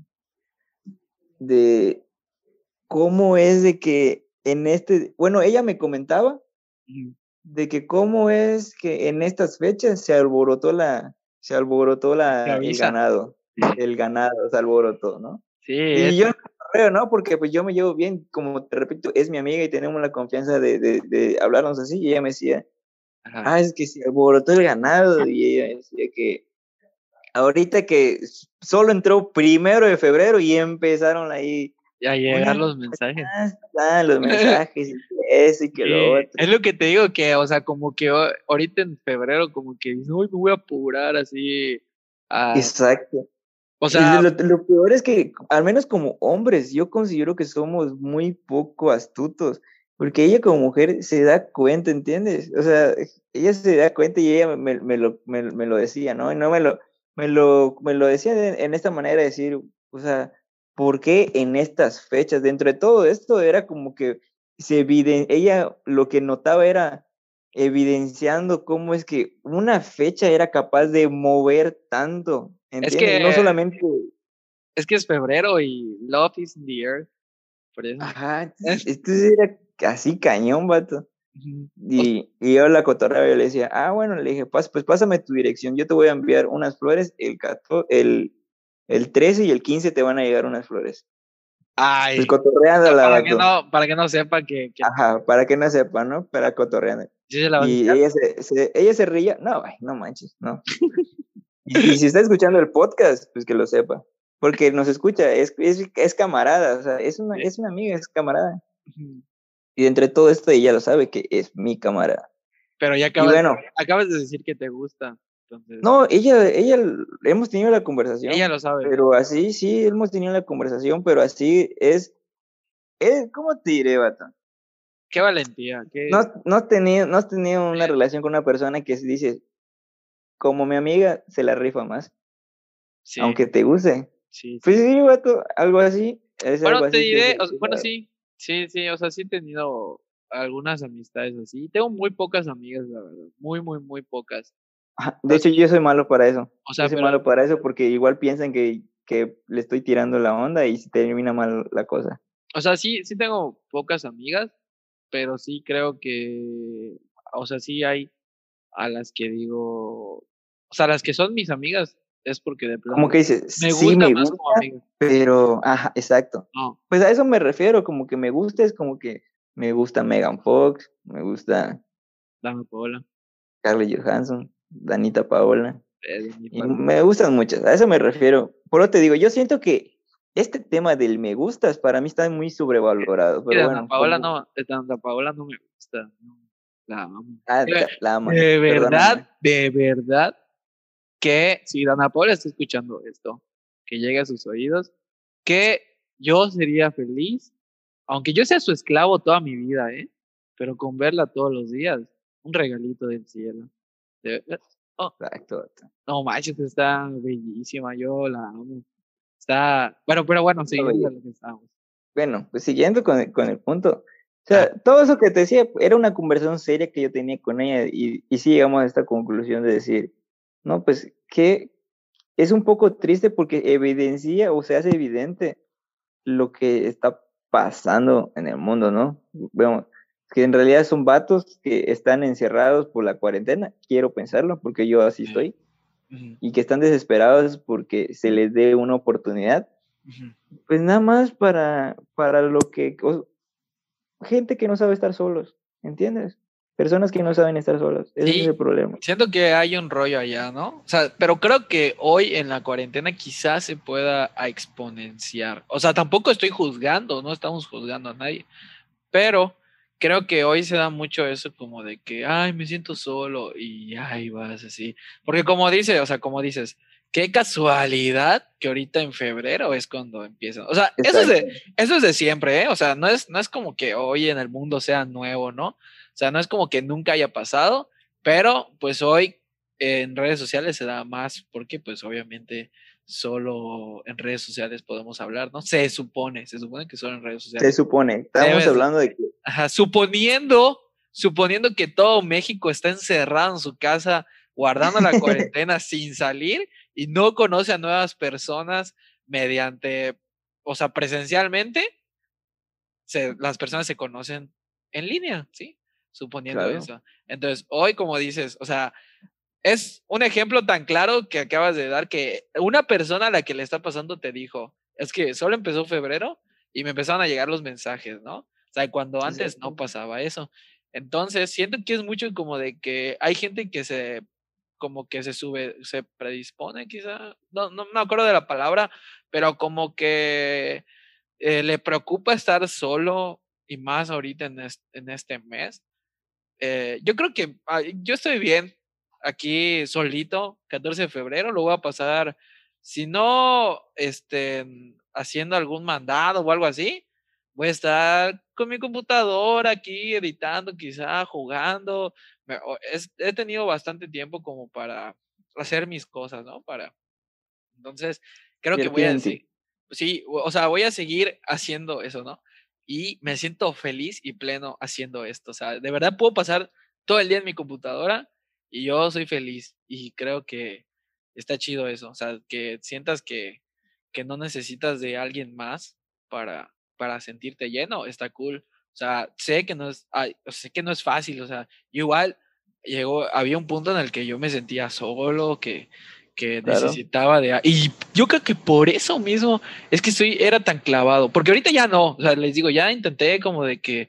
de cómo es de que en este, bueno, ella me comentaba Ujú. de que cómo es que en estas fechas se alborotó la, se alborotó Te la, el avisa. ganado, el ganado se alborotó, ¿no? Sí, Y es. yo no creo, ¿no? Porque pues yo me llevo bien, como te repito, es mi amiga y tenemos la confianza de, de, de hablarnos así, y ella me decía, Ajá. ah, es que se alborotó el ganado, y ella decía que ahorita que s- solo entró primero de febrero y empezaron ahí, Ya llegar hola, los ¿cómo mensajes. están? Los mensajes, y que eso y que lo Sí, otro. es lo que te digo que, o sea, como que ho- ahorita en febrero, como que dices, uy, me voy a apurar así. a- Exacto. o Y lo, sea, lo peor es que, al menos como hombres, yo considero que somos muy poco astutos, porque ella como mujer se da cuenta, ¿entiendes? O sea, ella se da cuenta y ella me, me lo, me, me lo decía, ¿no? Y no me lo, me lo, me lo decía de- en esta manera de decir, o sea, ¿por qué en estas fechas? Dentro de todo esto era como que se eviden, ella lo que notaba era evidenciando cómo es que una fecha era capaz de mover tanto, es ¿entiendes? No que solamente, es que es febrero y love is in the air, por eso. ajá, entonces entonces era así cañón, vato. Ujú. O- Y, y yo la cotorreaba, yo le decía, ah, bueno, le dije, pues, pues pásame tu dirección, yo te voy a enviar unas flores, el, catorce, el, el trece y el quince te van a llegar unas flores. Pues Ay, o sea, cotorreándola, para que vato. no, para que no sepa que, que Ajá, para que no sepa, ¿no? Para cotorreando. sí se la vas a Y enviar. ella se, se- ella se reía, no, ay, no manches, no. Y, y si está escuchando el podcast, pues que lo sepa. Porque nos escucha, es, es, es camarada, o sea, es una, Sí. es una amiga, es camarada. Ujú. Y entre todo esto ella lo sabe que es mi camarada. Pero ya Y acabas, bueno, acabas de decir que te gusta. Entonces, no, ella, ella, hemos tenido la conversación, ella lo sabe. pero así, sí, hemos tenido la conversación, pero así es, es, ¿cómo te diré, vato? Qué valentía. No, Qué... has- no has tenido, no has tenido una relación con una persona que dices, como mi amiga, se la rifa más, Sí, aunque te guste. sí, Pues sí. sí, vato, algo así, es Bueno, algo te así que es diré, de o sea, decir, bueno, "Ah". sí, sí, sí, o sea, sí he tenido algunas amistades así. Tengo muy pocas amigas, la verdad. Muy, muy, muy pocas. Ajá, de Pero hecho, yo sí, soy malo para eso, o yo sea, soy pero, malo para eso porque igual piensan que, que le estoy tirando la onda y se termina mal la cosa. o sea, sí, sí tengo pocas amigas, pero sí creo que, o sea, sí hay a las que digo, o sea, las que son mis amigas es porque de Como plano que dices, me sí gusta me más gusta, como amiga. pero, ajá, exacto. No, Pues a eso me refiero, como que me gusta, es como que me gusta Megan Fox, me gusta dame Paola, Scarlett Johansson, Danita Paola, eh, de mi y parte. me gustan muchas, a eso me refiero. Por eso te digo, yo siento que este tema del me gustas para mí está muy sobrevalorado, Y pero Dana bueno, Paola como, no, de Dana Paola no me gusta, no, la amo. ah, De, ta- la amas, de verdad, perdóname. de verdad, que si Dana Paola está escuchando esto, que llegue a sus oídos, que yo sería feliz, aunque yo sea su esclavo toda mi vida, ¿eh? Pero con verla todos los días, un regalito del cielo. De verdad. Oh, Exacto. no manches, está bellísima, yo la amo. Está, bueno, pero bueno, siguiendo a lo que estamos. Bueno, pues siguiendo con el, con el punto, o Ah, sea, todo eso que te decía era una conversación seria que yo tenía con ella y, y sí llegamos a esta conclusión de decir, no, pues que es un poco triste porque evidencia o se hace evidente lo que está pasando en el mundo, ¿no? Vemos que en realidad son vatos que están encerrados por la cuarentena, quiero pensarlo porque yo así sí. estoy, Ujú, y que están desesperados porque se les dé una oportunidad, ujú. pues nada más para, para lo que, o- gente que no sabe estar solos, ¿entiendes? Personas que no saben estar solas, ese es Sí, el problema. siento que hay un rollo allá, ¿no? O sea, pero creo que hoy en la cuarentena quizás se pueda a exponenciar. O sea, tampoco estoy juzgando, no estamos juzgando a nadie, pero creo que hoy se da mucho eso como de que, ay, me siento solo y ay, vas así. Porque como dice, o sea, como dices, qué casualidad que ahorita en febrero es cuando empiezan. O sea, eso es de, Exacto, eso es de siempre, ¿eh? O sea, no es, no es como que hoy en el mundo sea nuevo, ¿no? O sea, no es como que nunca haya pasado, pero pues hoy en redes sociales se da más porque pues obviamente solo en redes sociales podemos hablar, ¿no? Se supone, se supone que solo en redes se sociales supone, estamos debes de, hablando de que, ajá, suponiendo, suponiendo que todo México está encerrado en su casa, guardando la cuarentena sin salir y no conoce a nuevas personas mediante, o sea, presencialmente, se, las personas se conocen en línea, ¿sí? Suponiendo claro, eso. Entonces, hoy, como dices, o sea, es un ejemplo tan claro que acabas de dar que una persona a la que le está pasando te dijo, es que solo empezó febrero y me empezaron a llegar los mensajes, ¿no? O sea, cuando antes no exacto, pasaba eso. Entonces, siento que es mucho como de que hay gente que se, como que se sube, se predispone quizá, no, no me acuerdo de la palabra, pero como que eh, le preocupa estar solo y más ahorita en, est en este mes. Eh, yo creo que ah, yo estoy bien aquí solito, catorce de febrero, lo voy a pasar, si no, este, haciendo algún mandado o algo así, voy a estar con mi computadora aquí editando, quizá jugando. Me- o- es- he tenido bastante tiempo como para hacer mis cosas, ¿no? Para, entonces, creo que voy a vertiente. decir, sí, o o sea, voy a seguir haciendo eso, ¿no? Y me siento feliz y pleno haciendo esto. O sea, de verdad puedo pasar todo el día en mi computadora y yo soy feliz. Y creo que está chido eso. O sea, que sientas que, que no necesitas de alguien más para, para sentirte lleno, está cool. O sea, sé que no es, ay, sé que no es fácil. O sea, yo igual llegó, había un punto en el que yo me sentía solo, que que Claro, necesitaba de... Y yo creo que por eso mismo es que soy, era tan clavado, porque ahorita ya no, o sea, les digo, ya intenté como de que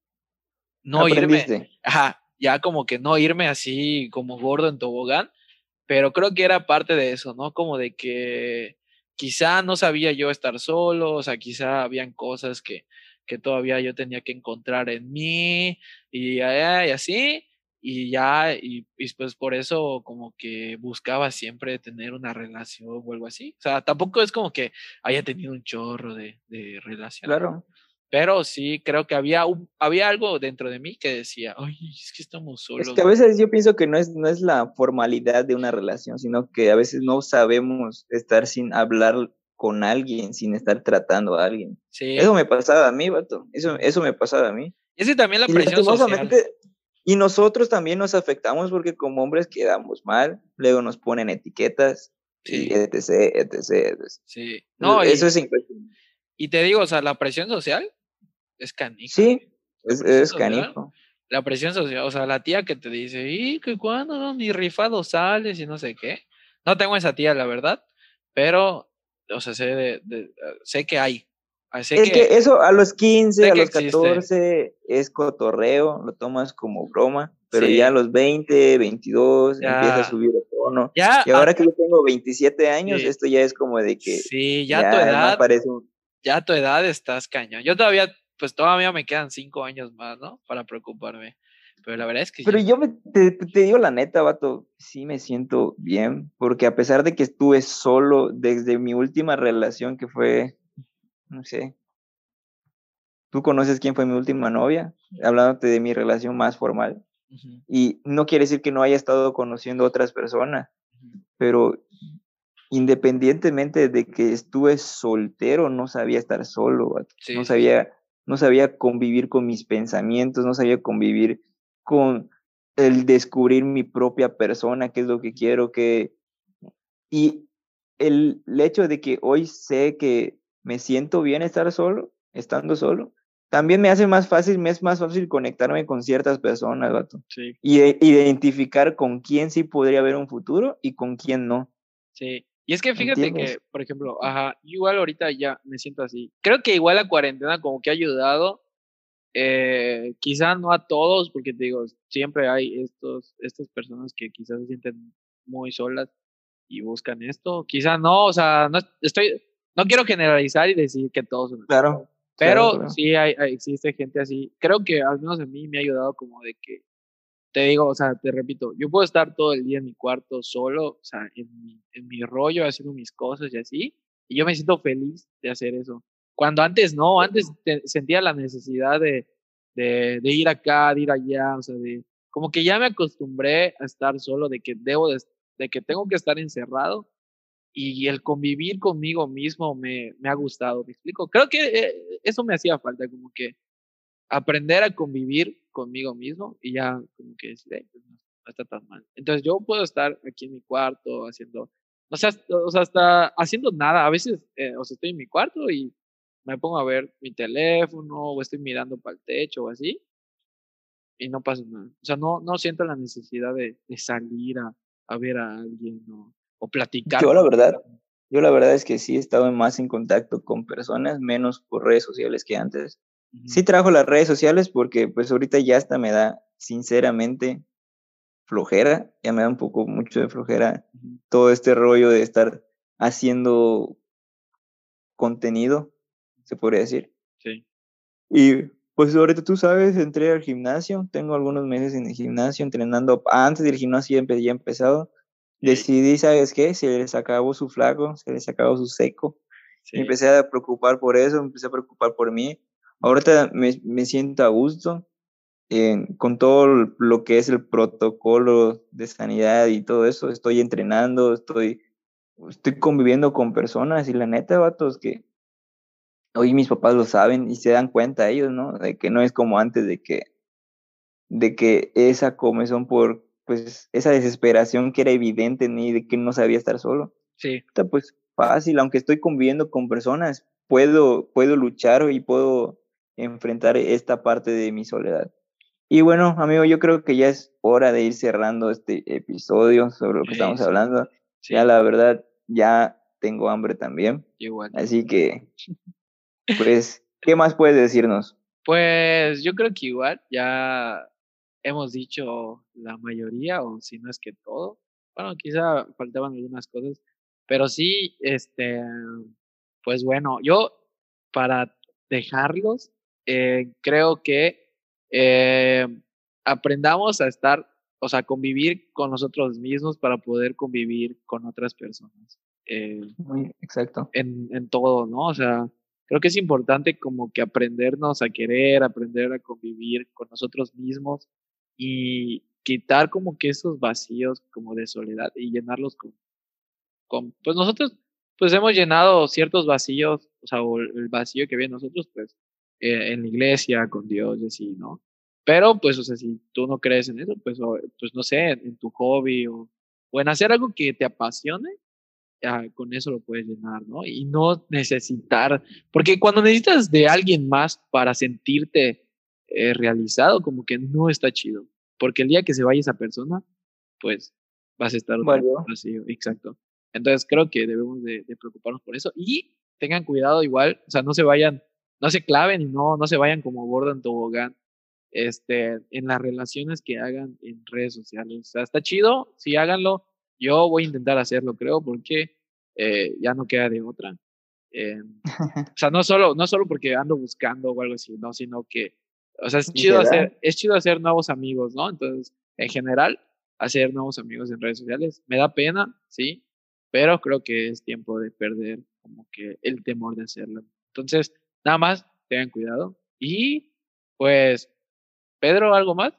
no irme, aprendiste. ajá, ya como que no irme así como gordo en tobogán, pero creo que era parte de eso, ¿no? Como de que quizá no sabía yo estar solo, o sea, quizá habían cosas que, que todavía yo tenía que encontrar en mí y, ah, y así. y ya, y, y pues por eso como que buscaba siempre tener una relación o algo así. O sea, tampoco es como que haya tenido un chorro de, de relaciones, Claro. pero sí creo que había, un, había algo dentro de mí que decía, ay, es que estamos Es solos. que a veces yo pienso que no es, no es la formalidad de una relación, sino que a veces no sabemos estar sin hablar con alguien, sin estar tratando a alguien. Sí, Eso me pasaba a mí, vato. Eso, eso me pasaba a mí. es que también la Y presión social. lastimosamente, y nosotros también nos afectamos porque como hombres quedamos mal, luego nos ponen etiquetas y Sí, etc, etc, etc. sí. No, Eso y, es impresionante. y te digo, o sea, la presión social es canija, Sí, güey. La es, presión es social, canijo. la presión social, o sea, la tía que te dice, y que cuando no, ni rifado sales y no sé qué. No tengo esa tía, la verdad, pero, o sea, sé de, de- sé que hay, ah, sé Es que, que eso a los quince, sé a que los existe. catorce es cotorreo, lo tomas como broma, pero ya a Sí, los veinte, veintidós empieza a ya, subir el tono. ya, Y a- ahora que yo tengo veintisiete años, sí, esto ya es como de que sí, ya a tu ya es más edad, parece un... ya a tu edad estás cañón. Yo todavía, pues todavía me quedan cinco años más, ¿no? Para preocuparme. Pero la verdad es que Pero sí. yo me- te, te digo la neta, vato, sí me siento bien, porque a pesar de que estuve solo desde mi última relación que fue, no sé, tú conoces quién fue mi última novia, hablándote de mi relación más formal. Ujú, Y no quiere decir que no haya estado conociendo otras personas, ujú. pero independientemente de que estuve soltero, no sabía estar solo, vato. No Sí, sí, sí. sabía, no sabía convivir con mis pensamientos, no sabía convivir con el descubrir mi propia persona, qué es lo que quiero, que... Y el, el hecho de que hoy sé que me siento bien estar solo, estando solo, también me hace más fácil, me es más fácil conectarme con ciertas personas, vato. Sí, Y de- identificar con quién sí podría haber un futuro y con quién no. sí. Y es que fíjate que, ¿Entiendes? por ejemplo, ajá, yo igual ahorita ya me siento así. Creo que igual la cuarentena como que ha ayudado, eh, quizá no a todos, porque te digo, siempre hay estos, estas personas que quizás se sienten muy solas y buscan esto. Quizá no, o sea, no estoy, no quiero generalizar y decir que todos son así, Claro, claro, pero claro. sí hay, hay- existe gente así. Creo que al menos a mí me ha ayudado como de que te digo, o sea, te repito, yo puedo estar todo el día en mi cuarto solo, o sea, en mi, en mi rollo, haciendo mis cosas y así, y yo me siento feliz de hacer eso. Cuando antes no, antes te- sentía la necesidad de, de, de ir acá, de ir allá, o sea, de, como que ya me acostumbré a estar solo, de que debo de, de que tengo que estar encerrado y el convivir conmigo mismo me, me ha gustado, ¿me explico? Creo que eh, eso me hacía falta, como que aprender a convivir conmigo mismo y ya como que decir, "Ey, pues, no, no está tan mal". Entonces yo puedo estar aquí en mi cuarto haciendo, o sea, hasta- o sea, hasta haciendo nada. A veces, eh, o sea, estoy en mi cuarto y me pongo a ver mi teléfono o estoy mirando para el techo o así y no pasa nada. O sea, no, no siento la necesidad de, de salir a, a ver a alguien o, o platicar Yo la con verdad, alguien. yo la verdad es que sí he estado más en contacto con personas, menos por redes sociales que antes. Ujú, Sí trajo las redes sociales porque pues ahorita ya hasta me da, sinceramente, flojera, ya me da un poco mucho de flojera ujú. todo este rollo de estar haciendo contenido, se podría decir. Sí, Y pues ahorita tú sabes, entré al gimnasio, tengo algunos meses en el gimnasio entrenando, antes del gimnasio ya, empe- ya he empezado, sí, decidí, ¿sabes qué? Se les acabó su flaco, se les acabó su seco, y sí. empecé a preocupar por eso, me empecé a preocupar por mí. Ahorita me, me siento a gusto eh, con todo lo que es el protocolo de sanidad y todo eso, estoy entrenando, estoy, estoy conviviendo con personas y la neta, vatos, que hoy mis papás lo saben y se dan cuenta ellos, ¿no? De que no es como antes de que, de que esa comezón por, pues, esa desesperación que era evidente ni de que no sabía estar solo. Sí, Ahorita, pues, fácil, aunque estoy conviviendo con personas, puedo, puedo luchar y puedo enfrentar esta parte de mi soledad. Y bueno, amigo, yo creo que ya es hora de ir cerrando este episodio sobre lo que sí, estamos sí, hablando. Ya sí, la verdad, ya tengo hambre también. igual. Así que, pues, ¿qué más puedes decirnos? Pues yo creo que igual ya hemos dicho la mayoría, o si no es que todo. Bueno, quizá faltaban algunas cosas, pero sí, este, pues bueno, yo para dejarlos, eh, creo que eh, aprendamos a estar o sea, convivir con nosotros mismos para poder convivir con otras personas. Eh, Muy exacto. en, en todo, ¿no? O sea, creo que es importante como que aprendernos a querer, aprender a convivir con nosotros mismos y quitar como que esos vacíos como de soledad y llenarlos con, con pues nosotros pues hemos llenado ciertos vacíos, o sea, o el vacío que había en nosotros, pues eh, en la iglesia, con Dios y así, ¿no? Pero pues, o sea, si tú no crees en eso, pues, o- pues no sé, en, en tu hobby o, o en hacer algo que te apasione, ya con eso lo puedes llenar, ¿no? Y no necesitar, porque cuando necesitas de alguien más para sentirte eh, realizado, como que no está chido, porque el día que se vaya esa persona, pues vas a estar otra vez Valió. vacío, exacto. Entonces creo que debemos de, de preocuparnos por eso y tengan cuidado igual, o sea, no se vayan, no se claven y no, no se vayan como gordo en tobogán, este, en las relaciones que hagan en redes sociales. O sea, está chido, sí háganlo. Yo voy a intentar hacerlo, creo, porque eh, ya no queda de otra. Eh, o sea, no solo, no solo porque ando buscando o algo así, no, sino que, o sea, es Y chido se da. hacer, es chido hacer nuevos amigos, ¿no? Entonces, en general, hacer nuevos amigos en redes sociales. Me da pena, sí, pero creo que es tiempo de perder como que el temor de hacerlo. Entonces, nada más, tengan cuidado. Y, pues, Pedro, ¿algo más?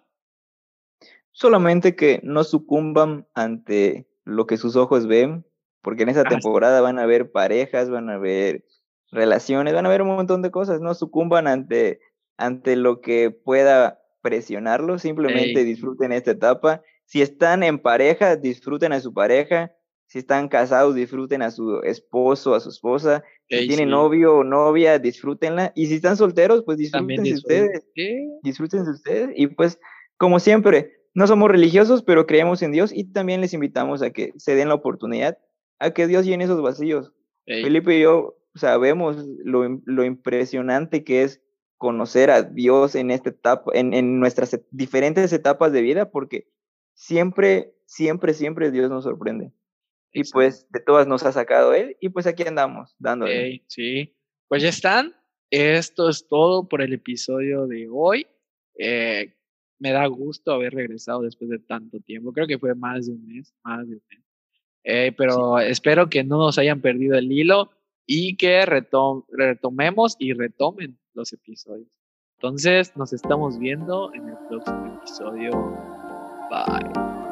Solamente que no sucumban ante lo que sus ojos ven, porque en esa Ah, temporada van a haber parejas, van a haber relaciones, van a haber un montón de cosas. No sucumban ante, ante lo que pueda presionarlos, simplemente ey, disfruten esta etapa. Si están en pareja, disfruten a su pareja. Si están casados, disfruten a su esposo, a su esposa. Si ey, tienen sí, novio o novia, disfrútenla. Y si están solteros, pues también disfrútense disfruto. ustedes, Sí, disfrútense ustedes. Y pues, como siempre, no somos religiosos, pero creemos en Dios y también les invitamos a que se den la oportunidad a que Dios llene esos vacíos. ey, Felipe y yo sabemos lo, lo impresionante que es conocer a Dios en esta etapa, en, en nuestras et- diferentes etapas de vida, porque siempre, siempre, siempre Dios nos sorprende. Y exacto. pues de todas nos ha sacado Él y pues aquí andamos, dándole. Ey, sí. Pues ya están. Esto es todo por el episodio de hoy. Eh, me da gusto haber regresado después de tanto tiempo. Creo que fue más de un mes, más de un mes. Eh, Sí. pero espero que no nos hayan perdido el hilo y que retom- retomemos y retomen los episodios. Entonces, nos estamos viendo en el próximo episodio. Bye.